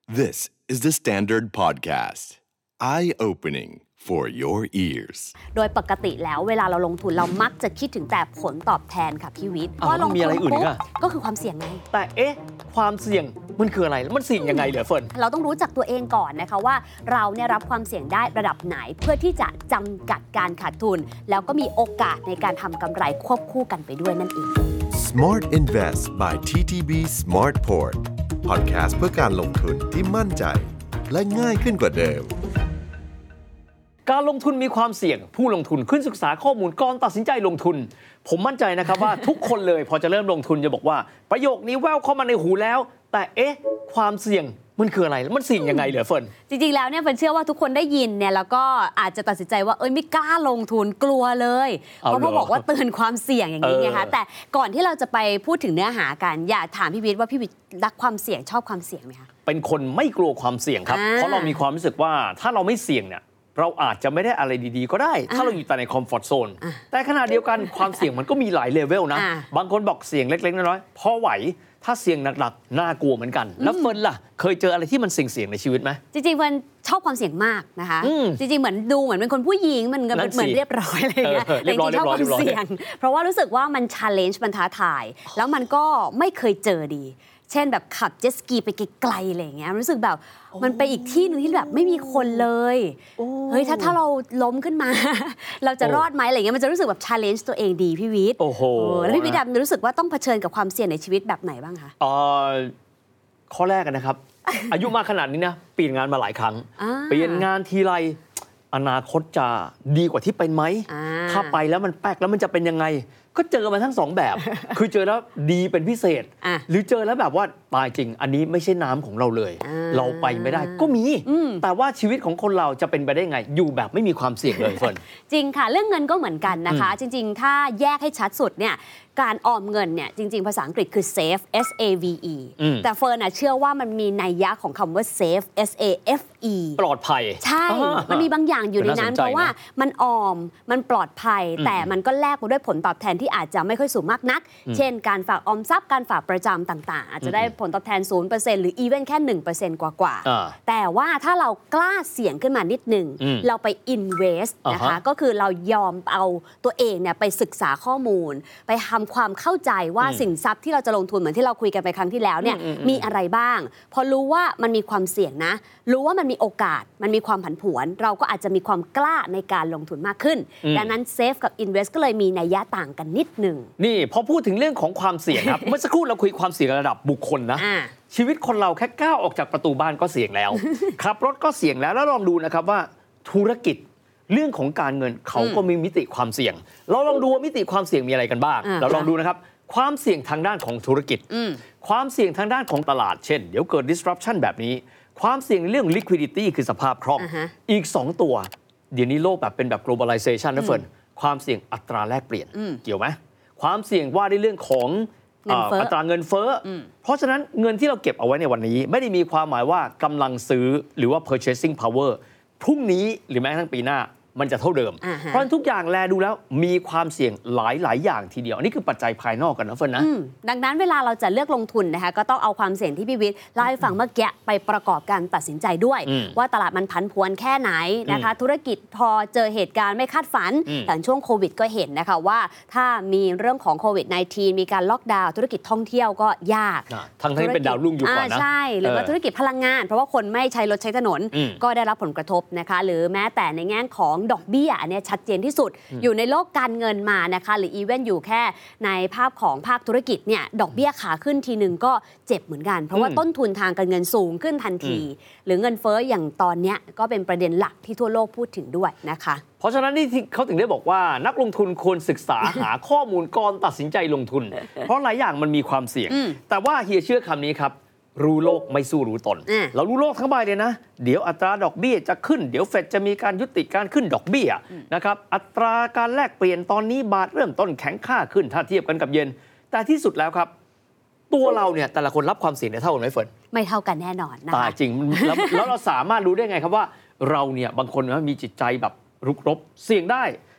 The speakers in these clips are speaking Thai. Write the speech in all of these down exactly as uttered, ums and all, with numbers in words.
This is the Standard Podcast. Eye-opening for your ears. โดยปกติแล้วเวลาเราลงทุนเรามักจะคิดถึงแต่ผลตอบแทนค่ะพี่วิทย์ว่าลงทุนปุ๊บก็คือความเสี่ยงไงแต่เอ๊ะความเสี่ยงมันคืออะไรมันเสี่ยงยังไงเหรอเฟิร์นเราต้องรู้จักตัวเองก่อนนะคะว่าเราเนี่ยรับความเสี่ยงได้ระดับไหนเพื่อที่จะจำกัดการขาดทุนแล้วก็มีโอกาสในการทำกำไรควบคู่กันไปด้วยนั่นเอง Smart Invest by ที ที บี Smartport Podcast เพื่อการลงทุนที่มั่นใจและง่ายขึ้นกว่าเดิมการลงทุนมีความเสี่ยงผู้ลงทุนขึ้นศึกษาข้อมูลก่อนตัดสินใจลงทุนผมมั่นใจนะครับว่า ทุกคนเลยพอจะเริ่มลงทุนจะบอกว่าประโยคนี้แว่วเข้ามาในหูแล้วแต่เอ๊ะความเสี่ยงมันคืออะไรมันเสี่ยงยังไงเหรอเฟิร์นจริงๆแล้วเนี่ยเฟิร์นเชื่อว่าทุกคนได้ยินเนี่ยแล้วก็อาจจะตัดสินใจว่าเอ้ยไม่กล้าลงทุนกลัวเลยเพราะเขาบอกว่าเตือนความเสี่ยงอย่างนี้ไงคะแต่ก่อนที่เราจะไปพูดถึงเนื้อหากันอยากถามพี่วิทย์ว่าพี่วิทย์รักความเสี่ยงชอบความเสี่ยงไหมคะเป็นคนไม่กลัวความเสี่ยงครับเพราะเรามีความรู้สึกว่าถ้าเราไม่เสี่ยงเนี่ยเราอาจจะไม่ได้อะไรดีๆก็ได้ถ้าเราอยู่แต่ในคอมฟอร์ทโซนแต่ขณะเดียวกันความเสี่ยงมันก็มีหลายเลเวลนะบางคนบอกเสี่ยงเล็กๆน้อยๆพอไหวถ้าเสี่ยงหนักๆน่ากลัวเหมือนกันแล้วเฟิร์นล่ะเคยเจออะไรที่มันเสี่ยงๆในชีวิตไหมจริงๆเฟิร์นชอบความเสี่ยงมากนะคะจริงๆเหมือนดูเหมือนเป็นคนผู้หญิงมันเหมือนเรียบร้อยอะไรอย่างเงี้ยแต่จริงๆชอบความเสี่ยงเพราะว่ารู้สึกว่ามัน challenge มันท้าทายแล้วมันก็ไม่เคยเจอดีเช่นแบบขับเจ็ตสกีไปไกลๆอะไรอย่างเงี้ยรู้สึกแบบมันไปอีกที่นึงที่แบบไม่มีคนเลยเฮ้ยถ้าถ้าเราล้มขึ้นมาเราจะรอดไหมอะไรเงี้ยมันจะรู้สึกแบบ challenge ตัวเองดีพี่วิทย์โอ้โหแล้วพี่วิทย์รู้สึกว่าต้องเผชิญกับความเสี่ยงในชีวิตแบบไหนบ้างคะเอ่อข้อแรกกันนะครับ อายุมากขนาดนี้นะเปลี่ยนงานมาหลายครั้งเปลี่ยนงานทีไรอนาคตจะดีกว่าที่เป็นไหมถ้าไปแล้วมันแป๊กแล้วมันจะเป็นยังไงก็เจอมาทั้งสองแบบ คือเจอแล้วดีเป็นพิเศษหรือเจอแล้วแบบว่าตายจริงอันนี้ไม่ใช่น้ำของเราเลยเราไปไม่ได้ก็มีแต่ว่าชีวิตของคนเราจะเป็นไปได้ไงอยู่แบบไม่มีความเสี่ยงเลยเฟิร์นจริงค่ะเรื่องเงินก็เหมือนกันนะคะจริงๆถ้าแยกให้ชัดสุดเนี่ยการออมเงินเนี่ยจริงๆภาษาอังกฤษคือ save S A V E แต่เฟิร์นเชื่อว่ามันมีนัยยะของคำว่า save S A F E ปลอดภัยใช่มันมีบางอย่างอยู่ในนั้นเพราะว่ามันออมมันปลอดภัยแต่มันก็แลกมาด้วยผลตอบแทนที่อาจจะไม่ค่อยสูงมากนักเช่นการฝากออมทรัพย์การฝากประจำต่างๆอาจจะได้ผลตอบแทน ศูนย์เปอร์เซ็นต์ หรือ even แค่ หนึ่งเปอร์เซ็นต์ กว่าๆแต่ว่าถ้าเรากล้าเสี่ยงขึ้นมานิดนึงเราไป invest นะคะก็คือเรายอมเอาตัวเองเนี่ยไปศึกษาข้อมูลไปทำความเข้าใจว่าสินทรัพย์ที่เราจะลงทุนเหมือนที่เราคุยกันไปครั้งที่แล้วเนี่ยมีอะไรบ้างพอรู้ว่ามันมีความเสี่ยงนะรู้ว่ามันมีโอกาสมันมีความผันผวนเราก็อาจจะมีความกล้าในการลงทุนมากขึ้นดังนั้น save กับ invest ก็เลยมีนัยยะต่างกันนิดนึงนี่พอพูดถึงเรื่องของความเสี่ยงครับ เมื่อสักครู่เราคุยความเสี่ยงระดับบุคคลนะชีวิตคนเราแค่ก้าวออกจากประตูบ้านก็เสี่ยงแล้ว ขับรถก็เสี่ยงแล้วแล้วลองดูนะครับว่าธุรกิจเรื่องของการเงินเขาก็มีมิติความเสี่ยงเราลองดูว่ามิติความเสี่ยงมีอะไรกันบ้างเราลองดูนะครับความเสี่ยงทางด้านของธุรกิจความเสี่ยงทางด้านของตลาดเช่นเดี๋ยวเกิด disruption แบบนี้ความเสี่ยงในเรื่อง liquidity คือสภาพคล่อง uh-huh. อีกสองตัวเดี๋ยวนี้โลกแบบเป็นแบบ globalization นะเฟิร์นความเสี่ยงอัตราแลกเปลี่ยนเกี่ยวไหมความเสี่ยงว่าในเรื่องของอัตราเงินเฟ้อเพราะฉะนั้นเงินที่เราเก็บเอาไว้ในวันนี้ไม่ได้มีความหมายว่ากำลังซื้อหรือว่า purchasing power พรุ่งนี้หรือแม้กระทั่งปีหน้ามันจะเท่าเดิม uh-huh. เพราะฉะนั้นทุกอย่างแลดูแล้วมีความเสี่ยงหลายๆอย่างทีเดียวอันนี้คือปัจจัยภายนอกกันนะเฟิร์นนะดังนั้นเวลาเราจะเลือกลงทุนนะคะก็ต้องเอาความเสี่ยงที่พี่วิทย์เล่าให้ฟังเมื่อกี้ไปประกอบการตัดสินใจด้วยว่าตลาดมันผันผวนแค่ไหนนะคะธุรกิจพอเจอเหตุการณ์ไม่คาดฝันอย่างช่วงโควิดก็เห็นนะคะว่าถ้ามีเรื่องของโควิด สิบเก้า มีการล็อกดาวน์ธุรกิจท่องเที่ยวก็ยากทั้งที่เป็นดาวรุ่งอยู่ก่อนนะใช่หรือว่าธุรกิจพลังงานเพราะว่าคนไม่ใช้รถใช้ถนนก็ได้รับผลกระทบนะคะหรือแม้แต่ในแง่ของดอกเบี้ยอันนี้ชัดเจนที่สุดอยู่ในโลกการเงินมานะคะหรืออีเวนต์อยู่แค่ในภาพของภาคธุรกิจเนี่ยดอกเบี้ยขาขึ้นทีนึงก็เจ็บเหมือนกันเพราะว่าต้นทุนทางการเงินสูงขึ้นทันทีหรือเงินเฟ้ออย่างตอนนี้ก็เป็นประเด็นหลักที่ทั่วโลกพูดถึงด้วยนะคะเพราะฉะนั้นนี่เขาถึงได้บอกว่านักลงทุนควรศึกษา หาข้อมูลก่อนตัดสินใจลงทุน เพราะหลายอย่างมันมีความเสี่ยงแต่ว่าเฮียเชื่อคำนี้ครับรู้โลกไม่สู้รู้ตนเรารู้โลกทั้งใบเลยนะเดี๋ยวอัตราดอกเบี้ยจะขึ้นเดี๋ยวเฟดจะมีการยุติการขึ้นดอกเบี้ยนะครับอัตราการแลกเปลี่ยนตอนนี้บาทเริ่มต้นแข็งค่าขึ้นถ้าเทียบกันกับเยนแต่ที่สุดแล้วครับตัวเราเนี่ยแต่ละคนรับความเสี่ยงเท่ากันไหมเฟิร์นไม่เท่ากันแน่นอนนะคะตายจริงแล้ว เราสามารถรู้ได้ไงครับว่าเราเนี่ยบางคนมีจิตใจแบบรุกรบเสี่ยงได้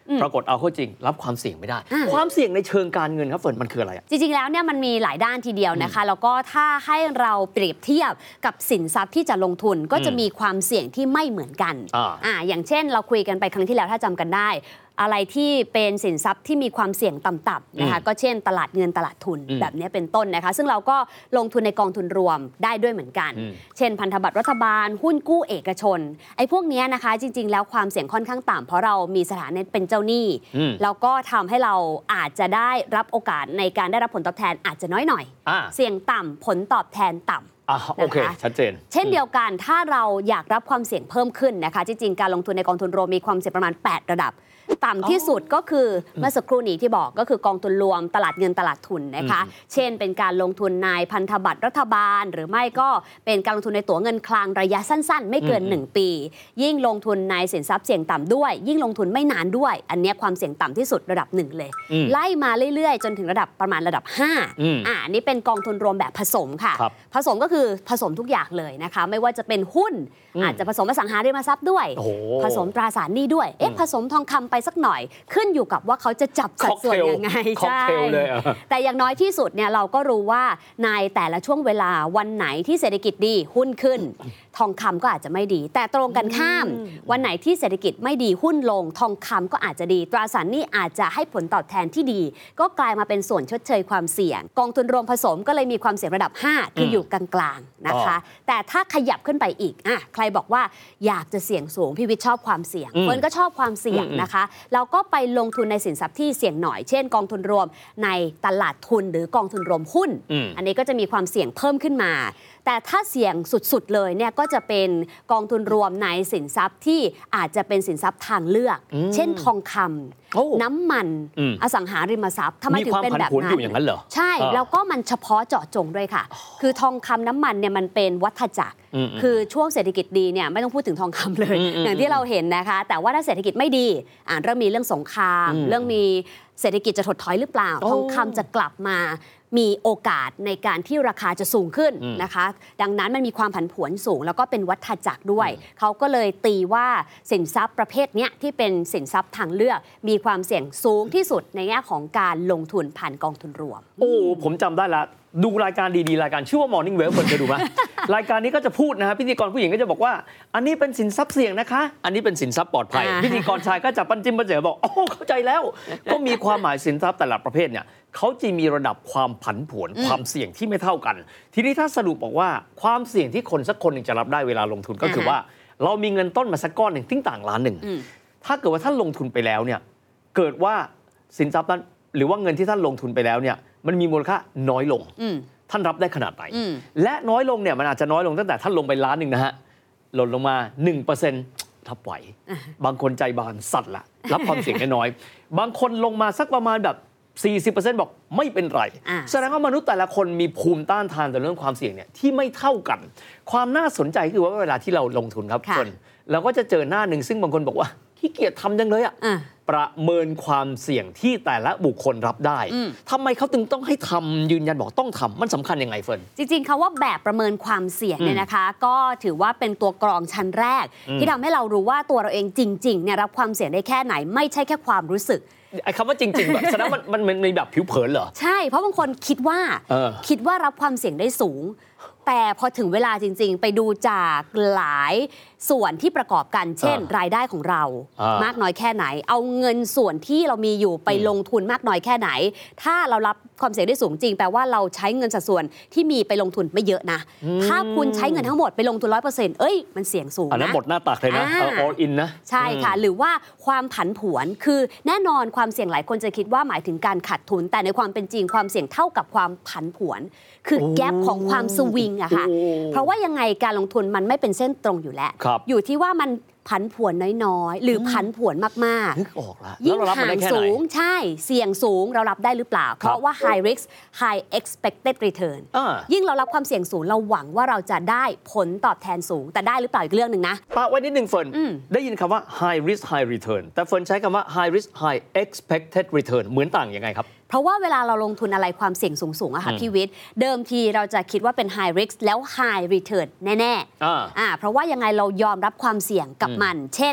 ปรากฏเอาเข้าจริงรับความเสี่ยงไม่ได้ความเสี่ยงในเชิงการเงินครับเฟิร์นมันคืออะไรจริงๆแล้วเนี่ยมันมีหลายด้านทีเดียวนะคะแล้วก็ถ้าให้เราเปรียบเทียบกับสินทรัพย์ที่จะลงทุนก็จะมีความเสี่ยงที่ไม่เหมือนกันอ่าอย่างเช่นเราคุยกันไปครั้งที่แล้วถ้าจำกันได้อะไรที่เป็นสินทรัพย์ที่มีความเสี่ยงต่ำๆนะคะก็เช่นตลาดเงินตลาดทุนแบบนี้เป็นต้นนะคะซึ่งเราก็ลงทุนในกองทุนรวมได้ด้วยเหมือนกันเช่นพันธบัตรรัฐบาลหุ้นกู้เอกชนไอ้พวกนี้นะคะจริงๆแล้วความเสี่ยงค่อนข้างต่ำเพราะเรามีสถานะเป็นเจ้าหนี้แล้วก็ทำให้เราอาจจะได้รับโอกาสในการได้รับผลตอบแทนอาจจะน้อยหน่อยเสี่ยงต่ำผลตอบแทนต่ำอ่ะโอเคชัดเจนเช่นเดียวกันถ้าเราอยากรับความเสี่ยงเพิ่มขึ้นนะคะจริงๆการลงทุนในกองทุนรวมมีความเสี่ยงประมาณแปดระดับต่ำที่สุดก็คือเมื่อสักครู่นี้ที่บอกก็คือกองทุนรวมตลาดเงินตลาดทุนนะคะเช่นเป็นการลงทุนในพันธบัตรรัฐบาลหรือไม่ก็เป็นการลงทุนในตั๋วเงินคลังระยะสั้นๆไม่เกินหนึ่งปียิ่งลงทุนในสินทรัพย์เสี่ยงต่ำด้วยยิ่งลงทุนไม่นานด้วยอันนี้ความเสี่ยงต่ำที่สุดระดับหนึ่งเลยไล่มาเรื่อยๆจนถึงระดับประมาณระดับห้าอ่าอันนี้เป็นกองทุนรวมแบบผสมค่ะผสมก็คือผสมทุกอย่างเลยนะคะไม่ว่าจะเป็นหุ้นอาจจะผสมอสังหาริมทรัพย์ด้วยผสมตราสารหนี้ด้วยเอ๊ะผสมทองคำไปสักหน่อยขึ้นอยู่กับว่าเขาจะจับสัดส่วนยังไงใช่แต่อย่างน้อยที่สุดเนี่ยเราก็รู้ว่าในแต่ละช่วงเวลาวันไหนที่เศรษฐกิจดีหุ้นขึ้นทองคำก็อาจจะไม่ดีแต่ตรงกันข้ามวันไหนที่เศรษฐกิจไม่ดีหุ้นลงทองคำก็อาจจะดีตราสารหนี้อาจจะให้ผลตอบแทนที่ดีก็กลายมาเป็นส่วนชดเชยความเสี่ยงกองทุนรวมผสมก็เลยมีความเสี่ยงระดับห้าคืออยู่กลางๆนะคะแต่ถ้าขยับขึ้นไปอีกอ่ะใครบอกว่าอยากจะเสี่ยงสูงพี่วิทย์ชอบความเสี่ยงเฟิร์นก็ชอบความเสี่ยงนะคะเราก็ไปลงทุนในสินทรัพย์ที่เสี่ยงหน่อยเช่นกองทุนรวมในตลาดทุนหรือกองทุนรวมหุ้น อ, อันนี้ก็จะมีความเสี่ยงเพิ่มขึ้นมาแต่ถ้าเสี่ยงสุดๆเลยเนี่ยก็จะเป็นกองทุนรวมในสินทรัพย์ที่อาจจะเป็นสินทรัพย์ทางเลือกเช่นทองคำน้ำมันอสังหาริมทรัพย์ทำไมถึงเป็นแบบนั้นอย่างนั้นเหรอใช่แล้วก็มันเฉพาะเจาะจงด้วยค่ะคือทองคำน้ำมันเนี่ยมันเป็นวัฏจักรคือช่วงเศรษฐกิจดีเนี่ยไม่ต้องพูดถึงทองคำเลยอย่างที่เราเห็นนะคะแต่ว่าถ้าเศรษฐกิจไม่ดีอ่าเริ่มมีเรื่องสงครามเรื่องมีเศรษฐกิจจะถดถอยหรือเปล่าทองคำจะกลับมามีโอกาสในการที่ราคาจะสูงขึ้นนะคะดังนั้นมันมีความผันผวนสูงแล้วก็เป็นวัฏจักรด้วยเขาก็เลยตีว่าสินทรัพย์ประเภทนี้ที่เป็นสินทรัพย์ทางเลือกมีความเสี่ยงสูงที่สุดในแง่ของการลงทุนผ่านกองทุนรวมโอ้ผมจำได้ละดูรายการดีๆรายการชื่อว่า Morning Well คนเคยดูไหม รายการนี้ก็จะพูดนะฮะพิธีกรผู้หญิงก็จะบอกว่าอันนี้เป็นสินทรัพย์เสี่ยงนะคะอันนี้เป็นสินทรัพย์ปลอดภัยพิธีกรชายก็จะปั้นจิ้มปั้นเจ๋อบอกอ๋อเข้าใจแล้วก็มีความหมายสินทรัพย์แต่ละประเภทเนี่ยเขาจะมีระดับความผันผวนความเสี่ยงที่ไม่เท่ากันทีนี้ถ้าสรุปบอกว่าความเสี่ยงที่คนสักคนหนึ่งจะรับได้เวลาลงทุนก็คือว่าเรามีเงินต้นมาสักก้อนหนึ่งทิ้งต่างล้านหนึ่งถ้าเกิดว่าท่านลงทุนไปแล้วเนี่ยเกิดว่าสินทรัพย์นั้นหรือว่าเงินที่ท่านลงทุนไปแล้วเนี่ยมันมีมูลค่าน้อยลงท่านรับได้ขนาดไหนและน้อยลงเนี่ยมันอาจจะน้อยลงตั้งแต่ท่านลงไปล้านหนึ่งนะฮะหล่นลงมา หนึ่งเปอร์เซ็นต์ รับไหวบางคนใจบานสั่นละรับความเสี่ยงน้อยบางคนลงมาสักประมาณแบบ สี่สิบเปอร์เซ็นต์ บอกไม่เป็นไรแสดงว่ามนุษย์แต่ละคนมีภูมิต้านทานต่อเรื่องความเสี่ยงเนี่ยที่ไม่เท่ากันความน่าสนใจคือว่าเวลาที่เราลงทุนครับคนเราก็จะเจอหน้าหนึ่งซึ่งบางคนบอกว่าขี้เกียจทำจังเลยอ่ะประเมินความเสี่ยงที่แต่ละบุคคลรับได้ทำไมเขาถึงต้องให้ทำยืนยันบอกต้องทำมันสำคัญยังไงเฟิร์นจริงๆคำว่าแบบประเมินความเสี่ยงเนี่ยนะคะก็ถือว่าเป็นตัวกรองชั้นแรกที่ทำให้เรารู้ว่าตัวเราเองจริงๆเนี่ยรับความเสี่ยงได้แค่ไหนไม่ใช่แค่ความรู้สึกไอ้คำว่าจริงๆแบบแสดงว่ามันมันมีแบบผิวเผินเหรอใช่เพราะบางคนคิดว่าคิดว่ารับความเสี่ยงได้สูงแต่พอถึงเวลาจริงๆไปดูจากหลายส่วนที่ประกอบกันเช่นรายได้ของเรามากน้อยแค่ไหนเอาเงินส่วนที่เรามีอยู่ไปลงทุนมากน้อยแค่ไหนถ้าเรารับความเสี่ยงได้สูงจริงแปลว่าเราใช้เงินสัดส่วนที่มีไปลงทุนไม่เยอะนะถ้าคุณใช้เงินทั้งหมดไปลงทุน ร้อยเปอร์เซ็นต์ เอ้ยมันเสี่ยงสูงนะอันนั้นหมดหน้าตักเลยนะ all in นะใช่ค่ะหรือว่าความผันผวนคือแน่นอนความเสี่ยงหลายคนจะคิดว่าหมายถึงการขาดทุนแต่ในความเป็นจริงความเสี่ยงเท่ากับความผันผวนคือแกปของความสวิงอะค่ะเพราะว่ายังไงการลงทุนมันไม่เป็นเส้นตรงอยู่แล้วอยู่ที่ว่ามันผันผวนน้อยๆหรือผันผวนมากๆนึกออกแล้วยิ่งห่างสูงใช่เสี่ยงสูงเรารับได้หรือเปล่าเพราะว่า high risk high expected return ยิ่งเรารับความเสี่ยงสูงเราหวังว่าเราจะได้ผลตอบแทนสูงแต่ได้หรือเปล่าอีกเรื่องนึงนะปะไว้นิดนึงเฟิร์นได้ยินคำว่า high risk high return แต่เฟิร์นใช้คำว่า high risk high expected return เหมือนต่างยังไงครับเพราะว่าเวลาเราลงทุนอะไรความเสี่ยงสูงๆอะค่ะพี่วิทย์เดิมทีเราจะคิดว่าเป็น high risk แล้ว high return แน่ๆอ่าเพราะว่ายังไงเรายอมรับความเสี่ยงกับมันเช่น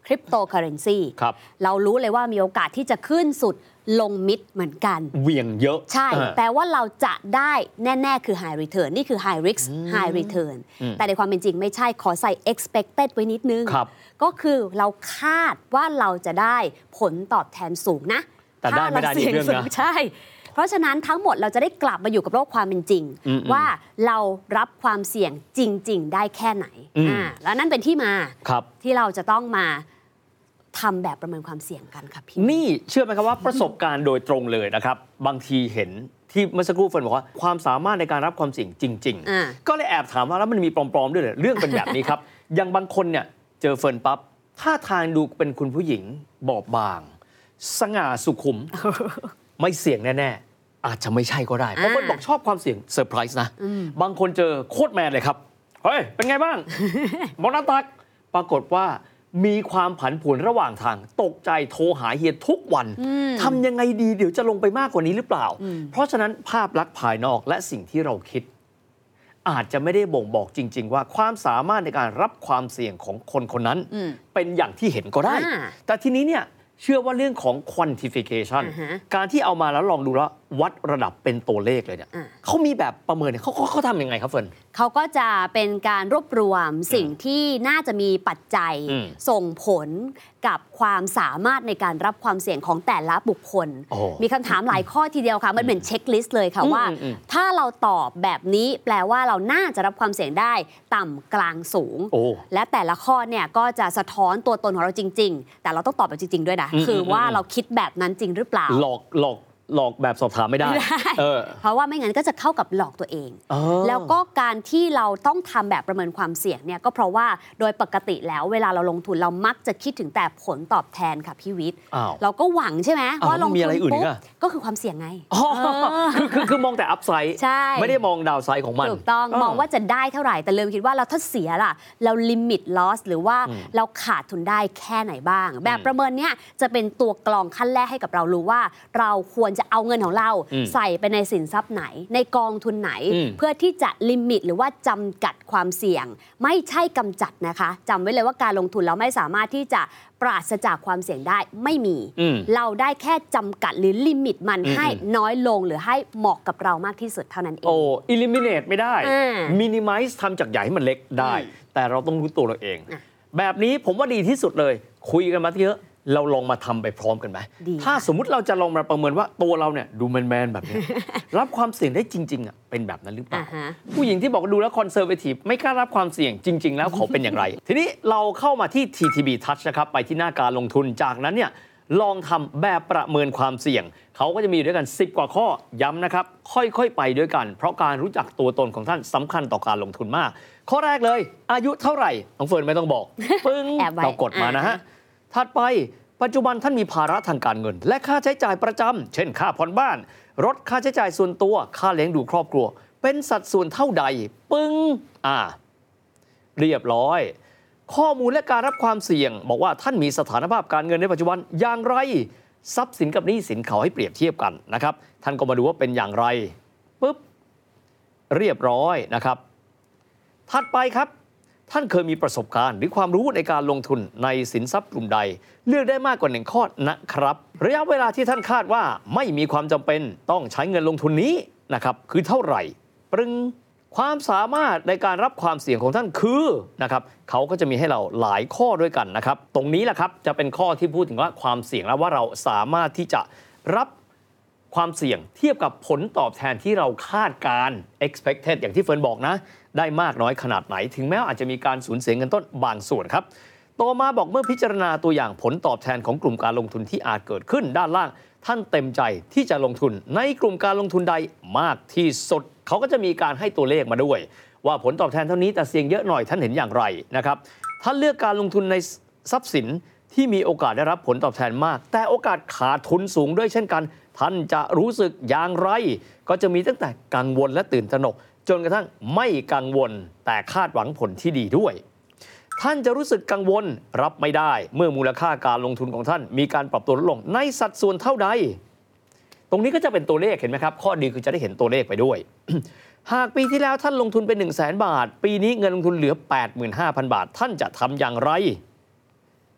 คริปโตเคอเรนซีเรารู้เลยว่ามีโอกาสที่จะขึ้นสุดลงมิดเหมือนกันเหวี่ยงเยอะใช่แปลว่าเราจะได้แน่ๆคือ high return นี่คือ high risk high return แต่ในความเป็นจริงไม่ใช่ขอใส่ expected ไว้นิดนึงก็คือเราคาดว่าเราจะได้ผลตอบแทนสูงนะแต่ได้ไม่ได้อีกเรื่องนะใช่เพราะฉะนั้นทั้งหมดเราจะได้กลับมาอยู่กับโลกความเป็นจริงว่าเรารับความเสี่ยงจริงๆได้แค่ไหนอ่าแล้วนั่นเป็นที่มาที่เราจะต้องมาทำแบบประเมินความเสี่ยงกันครับพี่นี่เชื่อไหมครับว่าประสบการณ์โดยตรงเลยนะครับบางทีเห็นที่เมื่อสักครู่เฟิร์นบอกว่าความสามารถในการรับความเสี่ยงจริงๆก็เลยแอบถามว่าแล้วมันมีปลอมๆด้วยเหรอเรื่องเป็นแบบนี้ครับอย่างบางคนเนี่ยเจอเฟิร์นปั๊บท่าทางดูเป็นคุณผู้หญิงบอบบางสง่าสุขุมไม่เสี่ยงแน่ๆอาจจะไม่ใช่ก็ได้เพราะคนบอกชอบความเสี่ยงเซอร์ไพรส์นะบางคนเจอโคตรแมนเลยครับเฮ้ยเป็นไงบ้างมอนาตักปรากฏว่ามีความผันผวนระหว่างทางตกใจโทรหาเฮียทุกวันทำยังไงดีเดี๋ยวจะลงไปมากกว่านี้หรือเปล่าเพราะฉะนั้นภาพลักษณ์ภายนอกและสิ่งที่เราคิดอาจจะไม่ได้บ่งบอกจริงๆว่าความสามารถในการรับความเสี่ยงของคนคนนั้นเป็นอย่างที่เห็นก็ได้แต่ทีนี้เนี่ยเชื่อว่าเรื่องของ quantification การที่เอามาแล้วลองดูแล้ววัดระดับเป็นตัวเลขเลยเนี่ยเขามีแบบประเมินเนี่ยเขาเขาทำยังไงครับเฟิร์นเขาก็จะเป็นการรวบรวมสิ่งที่น่าจะมีปัจจัยส่งผลกับความสามารถในการรับความเสี่ยงของแต่ละบุคคลมีคำถามหลายข้อทีเดียวค่ะมันเป็นเช็คลิสต์เลยค่ะว่าถ้าเราตอบแบบนี้แปลว่าเราน่าจะรับความเสี่ยงได้ต่ำกลางสูงและแต่ละข้อเนี่ยก็จะสะท้อนตัวตนของเราจริงๆแต่เราต้องตอบแบบจริงๆด้วยนะคือว่าเราคิดแบบนั้นจริงหรือเปล่าหลอกหลอกหลอกแบบสอบถามไม่ได้เออเพราะว่าไม่งั้นก็จะเข้ากับหลอกตัวเองแล้วก็การที่เราต้องทำแบบประเมินความเสี่ยงเนี่ยก็เพราะว่าโดยปกติแล้วเวลาเราลงทุนเรามักจะคิดถึงแต่ผลตอบแทนค่ะพี่วิทย์เราก็หวังใช่ไหมว่าลงทุนปุ๊บก็คือความเสี่ยงไงคือคือคือมองแต่อัพไซด์ไม่ได้มองดาวไซด์ของมันถูกต้องมองว่าจะได้เท่าไหร่แต่ลืมคิดว่าเราถ้าเสียล่ะเราลิมิตลอสหรือว่าเราขาดทุนได้แค่ไหนบ้างแบบประเมินเนี่ยจะเป็นตัวกรองขั้นแรกให้กับเรารู้ว่าเราควรจะเอาเงินของเราใส่ไปในสินทรัพย์ไหนในกองทุนไหนเพื่อที่จะลิมิตหรือว่าจำกัดความเสี่ยงไม่ใช่กำจัดนะคะจำไว้เลยว่าการลงทุนเราไม่สามารถที่จะปราศจากความเสี่ยงได้ไม่มีเราได้แค่จำกัดหรือลิมิตมันให้น้อยลงหรือให้เหมาะกับเรามากที่สุดเท่านั้นเองโอ้ eliminate ไม่ได้ minimize ทำจากใหญ่ให้มันเล็กได้แต่เราต้องรู้ตัวเราเองแบบนี้ผมว่าดีที่สุดเลยคุยกันมาเยอะเราลองมาทำไปพร้อมกันไหมถ้าสมมุติเราจะลองมาประเมินว่าตัวเราเนี่ยดูแมนๆแบบนี้ รับความเสี่ยงได้จริงๆอ่ะเป็นแบบนั้นหรือเปล่า uh-huh. ผู้หญิงที่บอกดูแล้วคอนเซอร์เวทีฟไม่กล้ารับความเสี่ยงจริงๆแล้วเขาเป็นอย่างไร ทีนี้เราเข้ามาที่ ที ที บี Touch นะครับไปที่หน้าการลงทุนจากนั้นเนี่ยลองทำแบบประเมินความเสี่ยงเขาก็จะมีด้วยกันสิบกว่าข้อย้ำนะครับค่อยๆไปด้วยกันเพราะการรู้จักตัวตนของท่านสำคัญต่อการลงทุนมากข้อแรกเลยอายุเท่าไหร่น้องเฟิร์นไม่ต้องบอกปึ้งเรากดมานะฮะถัดไปปัจจุบันท่านมีภาระทางการเงินและค่าใช้จ่ายประจำเช่นค่าผ่อนบ้านรถค่าใช้จ่ายส่วนตัวค่าเลี้ยงดูครอบครัวเป็นสัดส่วนเท่าใดปึ้งอ่าเรียบร้อยข้อมูลและการรับความเสี่ยงบอกว่าท่านมีสถานภาพการเงินในปัจจุบันอย่างไรทรัพย์สินกับหนี้สินเขาให้เปรียบเทียบกันนะครับท่านก็มาดูว่าเป็นอย่างไรปึ๊บเรียบร้อยนะครับถัดไปครับท่านเคยมีประสบการณ์หรือความรู้ในการลงทุนในสินทรัพย์กลุ่มใดเลือกได้มากกว่าหนึ่งข้อนะครับระยะเวลาที่ท่านคาดว่าไม่มีความจำเป็นต้องใช้เงินลงทุนนี้นะครับคือเท่าไหร่ปรึงความสามารถในการรับความเสี่ยงของท่านคือนะครับเขาก็จะมีให้เราหลายข้อด้วยกันนะครับตรงนี้แหละครับจะเป็นข้อที่พูดถึงว่าความเสี่ยงแล้วว่าเราสามารถที่จะรับความเสี่ยงเทียบกับผลตอบแทนที่เราคาดการ expected อย่างที่เฟิร์นบอกนะได้มากน้อยขนาดไหนถึงแม้อาจจะมีการสูญเสียเงินต้นบางส่วนครับต่อมาบอกเมื่อพิจารณาตัวอย่างผลตอบแทนของกลุ่มการลงทุนที่อาจเกิดขึ้นด้านล่างท่านเต็มใจที่จะลงทุนในกลุ่มการลงทุนใดมากที่สุดเขาก็จะมีการให้ตัวเลขมาด้วยว่าผลตอบแทนเท่านี้แต่เสี่ยงเยอะหน่อยท่านเห็นอย่างไรนะครับท่านเลือกการลงทุนในทรัพย์สินที่มีโอกาสได้รับผลตอบแทนมากแต่โอกาสขาดทุนสูงด้วยเช่นกันท่านจะรู้สึกอย่างไรก็จะมีตั้งแต่กังวลและตื่นตระหนกจนกระทั่งไม่กังวลแต่คาดหวังผลที่ดีด้วยท่านจะรู้สึกกังวลรับไม่ได้เมื่อมูลค่าการลงทุนของท่านมีการปรับตัวลดลงในสัดส่วนเท่าใดตรงนี้ก็จะเป็นตัวเลขเห็นไหมครับข้อดีคือจะได้เห็นตัวเลขไปด้วย หากปีที่แล้วท่านลงทุนเป็น หนึ่งแสน บาทปีนี้เงินลงทุนเหลือ แปดหมื่นห้าพัน บาทท่านจะทำอย่างไร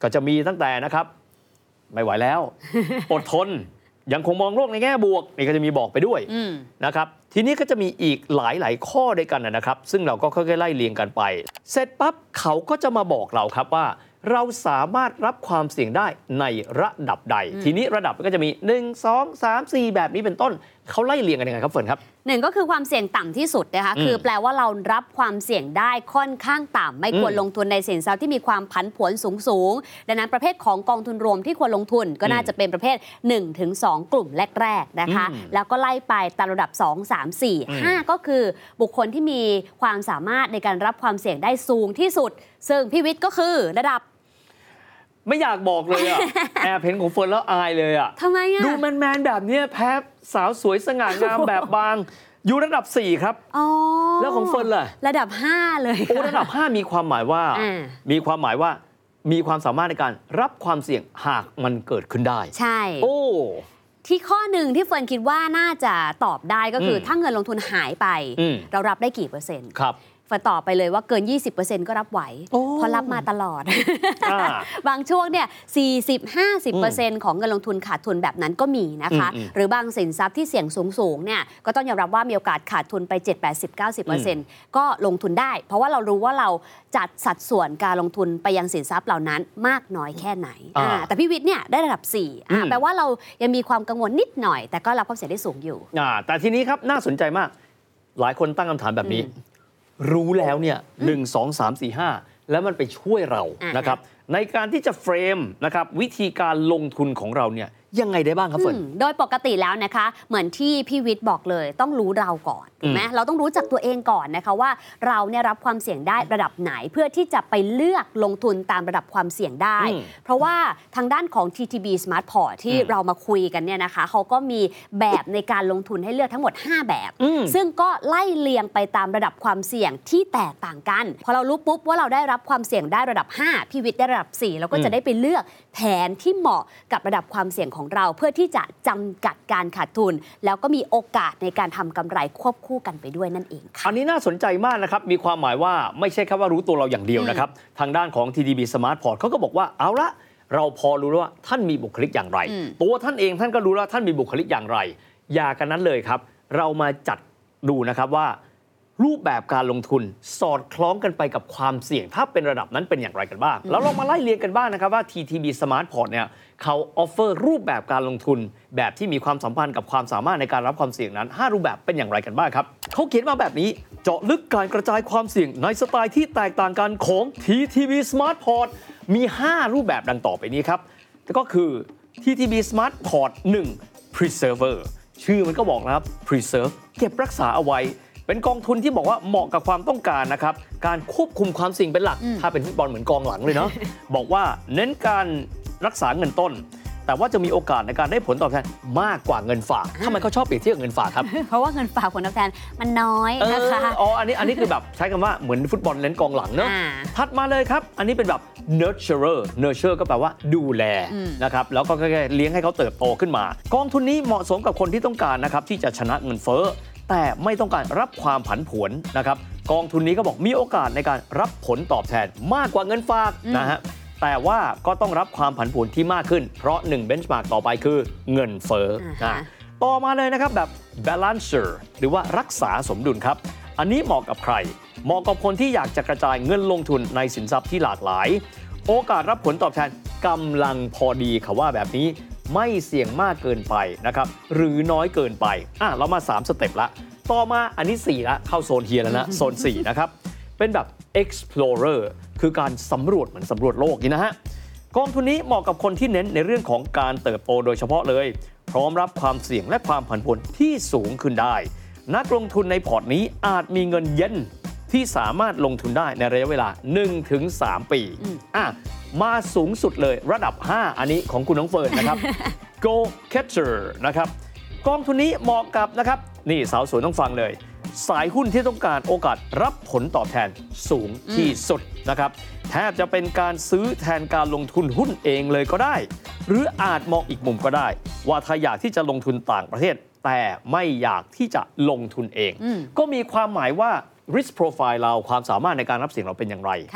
ก็จะมีตั้งแต่นะครับไม่ไหวแล้ว อดทนยังคงมองโลกในแง่บวกนี่ก็จะมีบอกไปด้วยนะครับทีนี้ก็จะมีอีกหลายหลายข้อด้วยกันนะครับซึ่งเราก็ค่อยๆไล่เรียงกันไปเสร็จปั๊บเขาก็จะมาบอกเราครับว่าเราสามารถรับความเสี่ยงได้ในระดับใดทีนี้ระดับก็จะมีหนึ่ง สอง สาม สี่แบบนี้เป็นต้นเขาไล่เรียงกันยังไงครับเฟิร์นครับหนึ่งก็คือความเสี่ยงต่ำที่สุดนะคะคือแปลว่าเรารับความเสี่ยงได้ค่อนข้างต่ำไม่ควรลงทุนในสินทรัพย์ที่มีความผันผวนสูงๆดังนั้นประเภทของกองทุนรวมที่ควรลงทุนก็น่าจะเป็นประเภท หนึ่งถึงสอง กลุ่มแรกๆนะคะแล้วก็ไล่ไปตามระดับสอง สาม สี่ ห้าก็คือบุคคลที่มีความสามารถในการรับความเสี่ยงได้สูงที่สุดซึ่งพี่วิทย์ก็คือระดับไม่อยากบอกเลยอ่ะ แอบเห็นของเฟิร์นแล้วอายเลยอ่ะทำไมอ่ะดูแมนๆแบบนี้แพ้สาวสวยสง่างามแบบบางอยู่ระดับสี่ครับอ๋อแล้วของเฟิร์นล่ะระดับห้าเลยโอ้ระดับห้ามีความหมายว่ามีความหมายว่ามีความสามารถในการรับความเสี่ยงหากมันเกิดขึ้นได้ใช่โอ้ที่ข้อหนึ่งที่เฟิร์นคิดว่าน่าจะตอบได้ก็คือถ้าเงินลงทุนหายไปเรารับได้กี่เปอร์เซ็นต์ครับฝนตอบไปเลยว่าเกิน ยี่สิบเปอร์เซ็นต์ ก็รับไหวเพราะรับมาตลอด บางช่วงเนี่ย สี่สิบ ห้าสิบเปอร์เซ็นต์ ของเงินลงทุนขาดทุนแบบนั้นก็มีนะคะหรือบางสินทรัพย์ที่เสี่ยงสูงๆเนี่ยก็ต้องยอมรับว่ามีโอกาสขาดทุนไป เจ็ด แปด สิบ เก้าสิบเปอร์เซ็นต์ ก็ลงทุนได้เพราะว่าเรารู้ว่าเราจัดสัดส่วนการลงทุนไปยังสินทรัพย์เหล่านั้นมากน้อยแค่ไหนแต่พี่วิทย์เนี่ยได้ระดับสี่แปลว่าเรายังมีความกังวลนิดหน่อยแต่ก็รับความเสี่ยงได้สูงอยู่แต่ทีนี้ครับน่าสนใจมากหลายคนตั้งคำถามแบบนี้รู้แล้วเนี่ยหนึ่ง สอง สาม สี่ ห้าแล้วมันไปช่วยเรานะครับในการที่จะเฟรมนะครับวิธีการลงทุนของเราเนี่ยยังไงได้บ้างครับเฟิร์นโดยปกติแล้วนะคะเหมือนที่พี่วิทย์บอกเลยต้องรู้เราก่อนถูกไหมเราต้องรู้จักตัวเองก่อนนะคะว่าเราเนี่ยรับความเสี่ยงได้ระดับไหนเพื่อที่จะไปเลือกลงทุนตามระดับความเสี่ยงได้เพราะว่าทางด้านของ ที ที บี Smart Port ที่เรามาคุยกันเนี่ยนะคะเขาก็มีแบบในการลงทุนให้เลือกทั้งหมดห้าแบบซึ่งก็ไล่เลียงไปตามระดับความเสี่ยงที่แตกต่างกันพอเรารู้ปุ๊บว่าเราได้รับความเสี่ยงได้ระดับห้าพี่วิทย์ได้ระดับสี่เราก็จะได้ไปเลือกแผนที่เหมาะกับระดับความเสี่ยงของเราเพื่อที่จะจำกัดการขาดทุนแล้วก็มีโอกาสในการทำกำไรควบคู่กันไปด้วยนั่นเองค่ะอันนี้น่าสนใจมากนะครับมีความหมายว่าไม่ใช่แค่ว่ารู้ตัวเราอย่างเดียวนะครับทางด้านของ ที ที บี Smart Port เขาก็บอกว่าเอาละเราพอรู้แล้วว่าท่านมีบุคลิกอย่างไรตัวท่านเองท่านก็รู้แล้วท่านมีบุคลิกอย่างไรอย่ากันนั้นเลยครับเรามาจัดดูนะครับว่ารูปแบบการลงทุนสอดคล้องกันไปกับความเสี่ยงถ้าเป็นระดับนั้นเป็นอย่างไรกันบ้างแล้วเรามาไล่เรียงกันบ้างนะครับว่า ที ที บี Smart Port เนี่ยเขาออฟเฟอร์รูปแบบการลงทุนแบบที่มีความสัมพันธ์กับความสามารถในการรับความเสี่ยงนั้นห้ารูปแบบเป็นอย่างไรกันบ้างครับเขาเขียนมาแบบนี้เจาะลึกการกระจายความเสี่ยงในสไตล์ที่แตกต่างกันของ ที ที บี Smart Port มีห้ารูปแบบดังต่อไปนี้ครับก็คือ ที ที บี Smart Port หนึ่ง Preserver ชื่อมันก็บอกนะครับ Preserve เก็บรักษาเอาไว้เป็นกองทุนที่บอกว่าเหมาะกับความต้องการนะครับการควบคุมความเสี่ยงเป็นหลักถ้าเป็นฟุตบอลเหมือนกองหลังเลยเนาะ บอกว่าเน้นการรักษาเงินต้นแต่ว่าจะมีโอกาสในการได้ผลตอบแทนมากกว่าเงินฝากทำไมเขาชอบเปรียบเทียบกับเงินฝากครับเพราะว่าเงินฝากผลตอบแทนมันน้อยนะคะอ๋ออันนี้อันนี้คือแบบใช้คำว่าเหมือนฟุตบอลเน้นกองหลังเนาะถัดมาเลยครับอันนี้เป็นแบบ nurturer nurture ก็แปลว่าดูแลนะครับแล้วก็แค่เลี้ยงให้เขาเติบโตขึ้นมากองทุนนี้เหมาะสมกับคนที่ต้องการนะครับที่จะชนะเงินเฟ้อแต่ไม่ต้องการรับความผันผวนนะครับกองทุนนี้ก็บอกมีโอกาสในการรับผลตอบแทนมากกว่าเงินฝากนะฮะแต่ว่าก็ต้องรับความผันผวนที่มากขึ้นเพราะหนึ่งเบนช์มาร์กต่อไปคือเงินเฟ้อนะต่อมาเลยนะครับแบบ balancer หรือว่ารักษาสมดุลครับอันนี้เหมาะกับใครเหมาะกับคนที่อยากจะกระจายเงินลงทุนในสินทรัพย์ที่หลากหลายโอกาสรับผลตอบแทนกำลังพอดีค่ะว่าแบบนี้ไม่เสี่ยงมากเกินไปนะครับหรือน้อยเกินไปอ่ะเรามาสามสเต็ปละต่อมาอันนี้สี่ละเข้าโซนเฮียแล้วนะโซนสี่นะครับเป็นแบบ explorer คือการสำรวจเหมือนสำรวจโลกนี่นะฮะกองทุนนี้เหมาะกับคนที่เน้นในเรื่องของการเติบโตโดยเฉพาะเลยพร้อมรับความเสี่ยงและความผันผวนที่สูงขึ้นได้นักลงทุนในพอร์ตนี้อาจมีเงินเย็นที่สามารถลงทุนได้ในระยะเวลา หนึ่งถึงสาม ปีอ่ะมาสูงสุดเลยระดับห้าอันนี้ของคุณน้องเฟิร์นนะครับ Go Catcher นะครับกองทุนนี้เหมาะกับนะครับนี่สาวสวยต้องฟังเลยสายหุ้นที่ต้องการโอกาสรับผลตอบแทนสูงที่สุดนะครับแทบจะเป็นการซื้อแทนการลงทุนหุ้นเองเลยก็ได้หรืออาจมองอีกมุมก็ได้ว่าถ้าอยากที่จะลงทุนต่างประเทศแต่ไม่อยากที่จะลงทุนเองก็มีความหมายว่า risk profile เราความสามารถในการรับเสี่ยงเราเป็นอย่างไร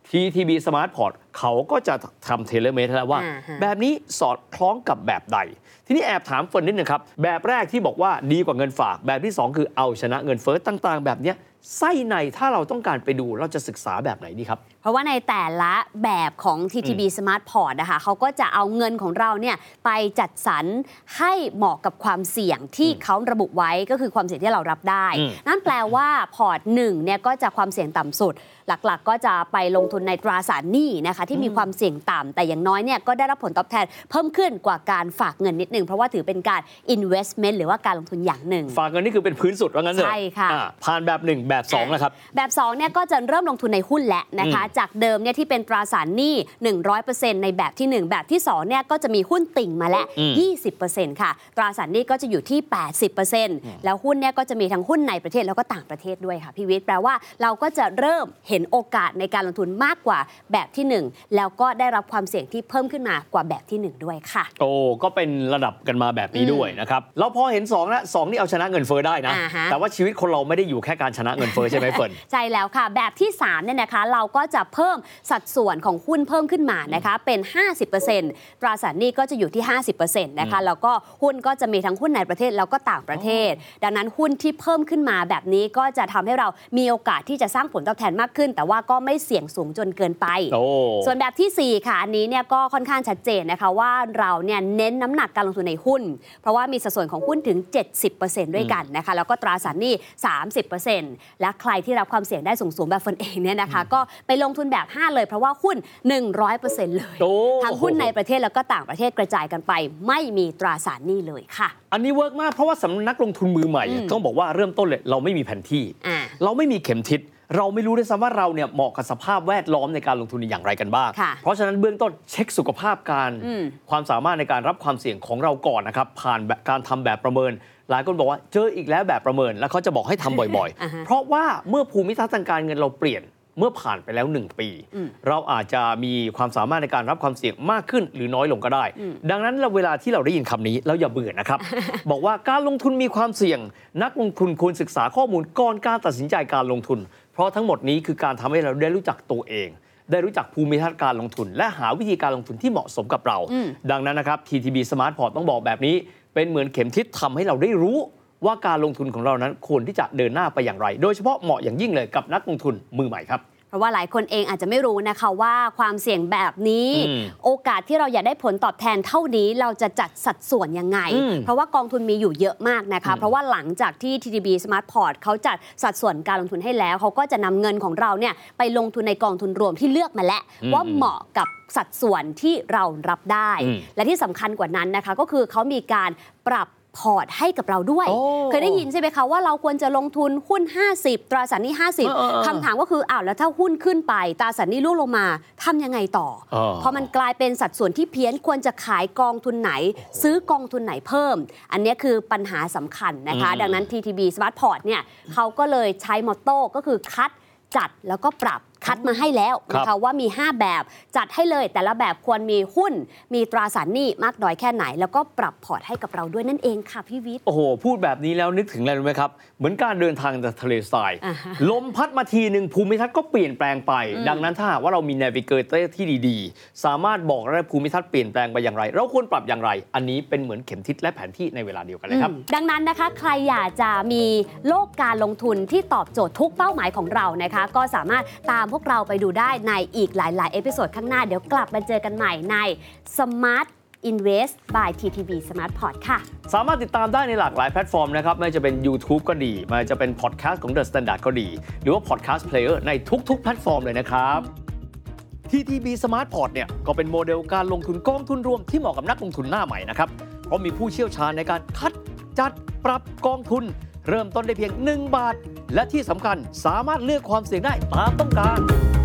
ที ที บี Smart Port เขาก็จะทำเทเลเมทแล้วว่าแบบนี้สอดคล้องกับแบบใดทีนี้แอบถามเฟิร์นนิดนึงครับแบบแรกที่บอกว่าดีกว่าเงินฝากแบบที่สองคือเอาชนะเงินเฟ้อต่างๆแบบเนี้ยไส้ในถ้าเราต้องการไปดูเราจะศึกษาแบบไหนดีครับเพราะว่าในแต่ละแบบของ ที ที บี Smart Port นะคะเขาก็จะเอาเงินของเราเนี่ยไปจัดสรรให้เหมาะกับความเสี่ยงที่เขาระบุไว้ก็คือความเสี่ยงที่เรารับได้นั่นแปลว่าพอร์ตหนึ่งเนี่ยก็จะความเสี่ยงต่ำสุดหลักๆก็จะไปลงทุนในตราสารหนี้นะคะที่มีความเสี่ยงต่ำแต่อย่างน้อยเนี่ยก็ได้รับผลตอบแทนเพิ่มขึ้นกว่าการฝากเงินนิดนึงเพราะว่าถือเป็นการ investment หรือว่าการลงทุนอย่างหนึ่งฝากเงินนี่คือเป็นพื้นสุดว่างั้นเถอะใช่ค่ะผ่านแบบหนึ่งแบบสองนะครับแบบสองเนี่ยก็จะเริ่มลงทุนในหุ้นแล้วนะคะจากเดิมเนี่ยที่เป็นตราสารหนี้ หนึ่งร้อยเปอร์เซ็นต์ ในแบบที่หนึ่งแบบที่สองเนี่ยก็จะมีหุ้นติ่งมาแล้ว ยี่สิบเปอร์เซ็นต์ ค่ะตราสารหนี้ก็จะอยู่ที่ แปดสิบเปอร์เซ็นต์ แล้วหุ้นเนี่ยก็จะมีทั้งหุ้นในประเทศแล้วก็ต่างประเทศด้วยค่ะพี่วิทย์แปลว่าเราก็จะเริ่มเห็นโอกาสในการลงทุนมากกว่าแบบที่หนึ่งแล้วก็ได้รับความเสี่ยงที่เพิ่มขึ้นมากว่าแบบที่หนึ่งด้วยค่ะโอ้ก็เป็นระดับกันมาแบบนี้ด้วยนะครับเราพอเห็นสองแล้วสองนี่เอาชนะเงินเฟ้อได้นะแต่ว่าชีวิตคนเราไม่ได้อยู่แค่การชนะเงินเฟ้อใช่ไหมเฟิร์นใช่แล้วค่ะแบบที่สามเนี่ยนะคะเราก็จะเพิ่มสัดส่วนของหุ้นเพิ่มขึ้นมานะคะเป็น ห้าสิบเปอร์เซ็นต์ ตราสารหนี้ก็จะอยู่ที่ ห้าสิบเปอร์เซ็นต์ นะคะแล้วก็หุ้นก็จะมีทั้งหุ้นในประเทศแล้วก็ต่างประเทศดังนั้นหุ้นที่เพิ่มขึ้นมาแบบนี้ก็จะทำให้เรามีโอกาสที่จะสร้างผลตอบแทนมากขึ้นแต่ว่าก็ไม่เสี่ยงสูงจนเกินไปส่วนแบบที่สี่ค่ะอันนี้เนี่ยก็ค่อนข้างชัดเจนนะคะว่าเราเนี่ยเน้นน้ำหนักการลงทุนในหุ้นเพราะว่ามีสัดส่วนของหุ้นถึง เจ็ดสิบเปอร์เซ็นต์ ด้วยกันนะคะแล้วก็ตราสารหนี้ สามสิบเปอร์เซ็นต์ และใครที่รับความเสี่ยงได้สูงๆแบบเฟิร์นเองเนี่ยนะคะก็ไปลงทุนแบบห้าเลยเพราะว่าหุ้น หนึ่งร้อยเปอร์เซ็นต์ เลยทั้งหุ้นในประเทศแล้วก็ต่างประเทศกระจายกันไปไม่มีตราสารหนี้เลยค่ะอันนี้เวิร์กมากเพราะว่าสำนักลงทุนมือใหม่ต้องบอกว่าเริ่มต้นเลยเราไม่มีแผนที่เราไม่มีเข็มทิศเราไม่รู้ด้วยซ้ำว่าเราเนี่ยเหมาะกับสภาพแวดล้อมในการลงทุนอย่างไรกันบ้างเพราะฉะนั้นเบื้องต้นเช็คสุขภาพการความสามารถในการรับความเสี่ยงของเราก่อนนะครับผ่านการทำแบบประเมินหลายคนบอกว่าเจออีกแล้วแบบประเมินแล้วเขาจะบอกให้ทำบ่อยๆ เพราะว่าเมื่อภูมิทัศน์ทางการเงินเราเปลี่ยนเมื่อผ่านไปแล้วหนึ่งปีเราอาจจะมีความสามารถในการรับความเสี่ยงมากขึ้นหรือน้อยลงก็ได้ดังนั้นเวลาที่เราได้ยินคำนี้เราอย่าเบื่อนะครับ บอกว่าการลงทุนมีความเสี่ยงนักลงทุนควรศึกษาข้อมูลก่อนการตัดสินใจการลงทุนเพราะทั้งหมดนี้คือการทำให้เราได้รู้จักตัวเองได้รู้จักภูมิทัศน์การลงทุนและหาวิธีการลงทุนที่เหมาะสมกับเราดังนั้นนะครับ ที ที บี Smart Port ต้องบอกแบบนี้เป็นเหมือนเข็มทิศทำให้เราได้รู้ว่าการลงทุนของเรานั้นควรที่จะเดินหน้าไปอย่างไรโดยเฉพาะเหมาะอย่างยิ่งเลยกับนักลงทุนมือใหม่ครับเพราะว่าหลายคนเองอาจจะไม่รู้นะคะว่าความเสี่ยงแบบนี้โอกาสที่เราอยากได้ผลตอบแทนเท่านี้เราจะจัดสัดส่วนยังไงเพราะว่ากองทุนมีอยู่เยอะมากนะคะเพราะว่าหลังจากที่ ที ที บี Smart Port เขาจัดสัดส่วนการลงทุนให้แล้วเขาก็จะนำเงินของเราเนี่ยไปลงทุนในกองทุนรวมที่เลือกมาแล้วว่าเหมาะกับสัดส่วนที่เรารับได้และที่สำคัญกว่านั้นนะคะก็คือเขามีการปรับพอร์ตให้กับเราด้วยเคยได้ยินใช่ไหมคะว่าเราควรจะลงทุนหุ้นห้าสิบตราสารหนี้ห้าสิบคำถามก็คืออ้าวแล้วถ้าหุ้นขึ้นไปตราสารหนี้ร่วงลงมาทำยังไงต่อพอมันกลายเป็นสัดส่วนที่เพี้ยนควรจะขายกองทุนไหนซื้อกองทุนไหนเพิ่มอันนี้คือปัญหาสำคัญนะคะดังนั้น ที ที บี Smart Port เนี่ยเขาก็เลยใช้มอตโต้ก็คือคัดจัดแล้วก็ปรับคัดมาให้แล้วนะคะว่ามีห้าแบบจัดให้เลยแต่ละแบบควรมีหุ้นมีตราสารหนี้มากน้อยแค่ไหนแล้วก็ปรับพอร์ตให้กับเราด้วยนั่นเองค่ะพี่วิทย์โอ้โหพูดแบบนี้แล้วนึกถึงอะไรรู้ไหมครับเหมือนการเดินทางจากทะเลทรายลมพัดมาทีนึงภูมิทัศน์ก็เปลี่ยนแปลงไปดังนั้นถ้าหากว่าเรามี Navigator ที่ดีๆสามารถบอกได้ภูมิทัศน์เปลี่ยนแปลงไปอย่างไรเราควรปรับอย่างไรอันนี้เป็นเหมือนเข็มทิศและแผนที่ในเวลาเดียวกันเลยครับดังนั้นนะคะใครอยากจะมีโลกการลงทุนที่ตอบโจทย์ทุกเป้าหมายของเรานะคะก็สามารถตามพวกเราไปดูได้ในอีกหลายๆเอพิโซดข้างหน้าเดี๋ยวกลับมาเจอกันใหม่ใน Smart Invest by ที ที บี Smart Port ค่ะสามารถติดตามได้ในหลากหลายแพลตฟอร์มนะครับไม่ว่าจะเป็น YouTube ก็ดีไม่ว่าจะเป็นพอดแคสต์ของ The Standard ก็ดีหรือว่า Podcast Player ในทุกๆแพลตฟอร์มเลยนะครับ ที ที บี Smart Port เนี่ยก็เป็นโมเดลการลงทุนกองทุนรวมที่เหมาะกับนักลงทุนหน้าใหม่นะครับเพราะมีผู้เชี่ยวชาญในการคัดจัดปรับกองทุนเริ่มต้นได้เพียงหนึ่งบาทและที่สำคัญสามารถเลือกความเสี่ยงได้ตามต้องการ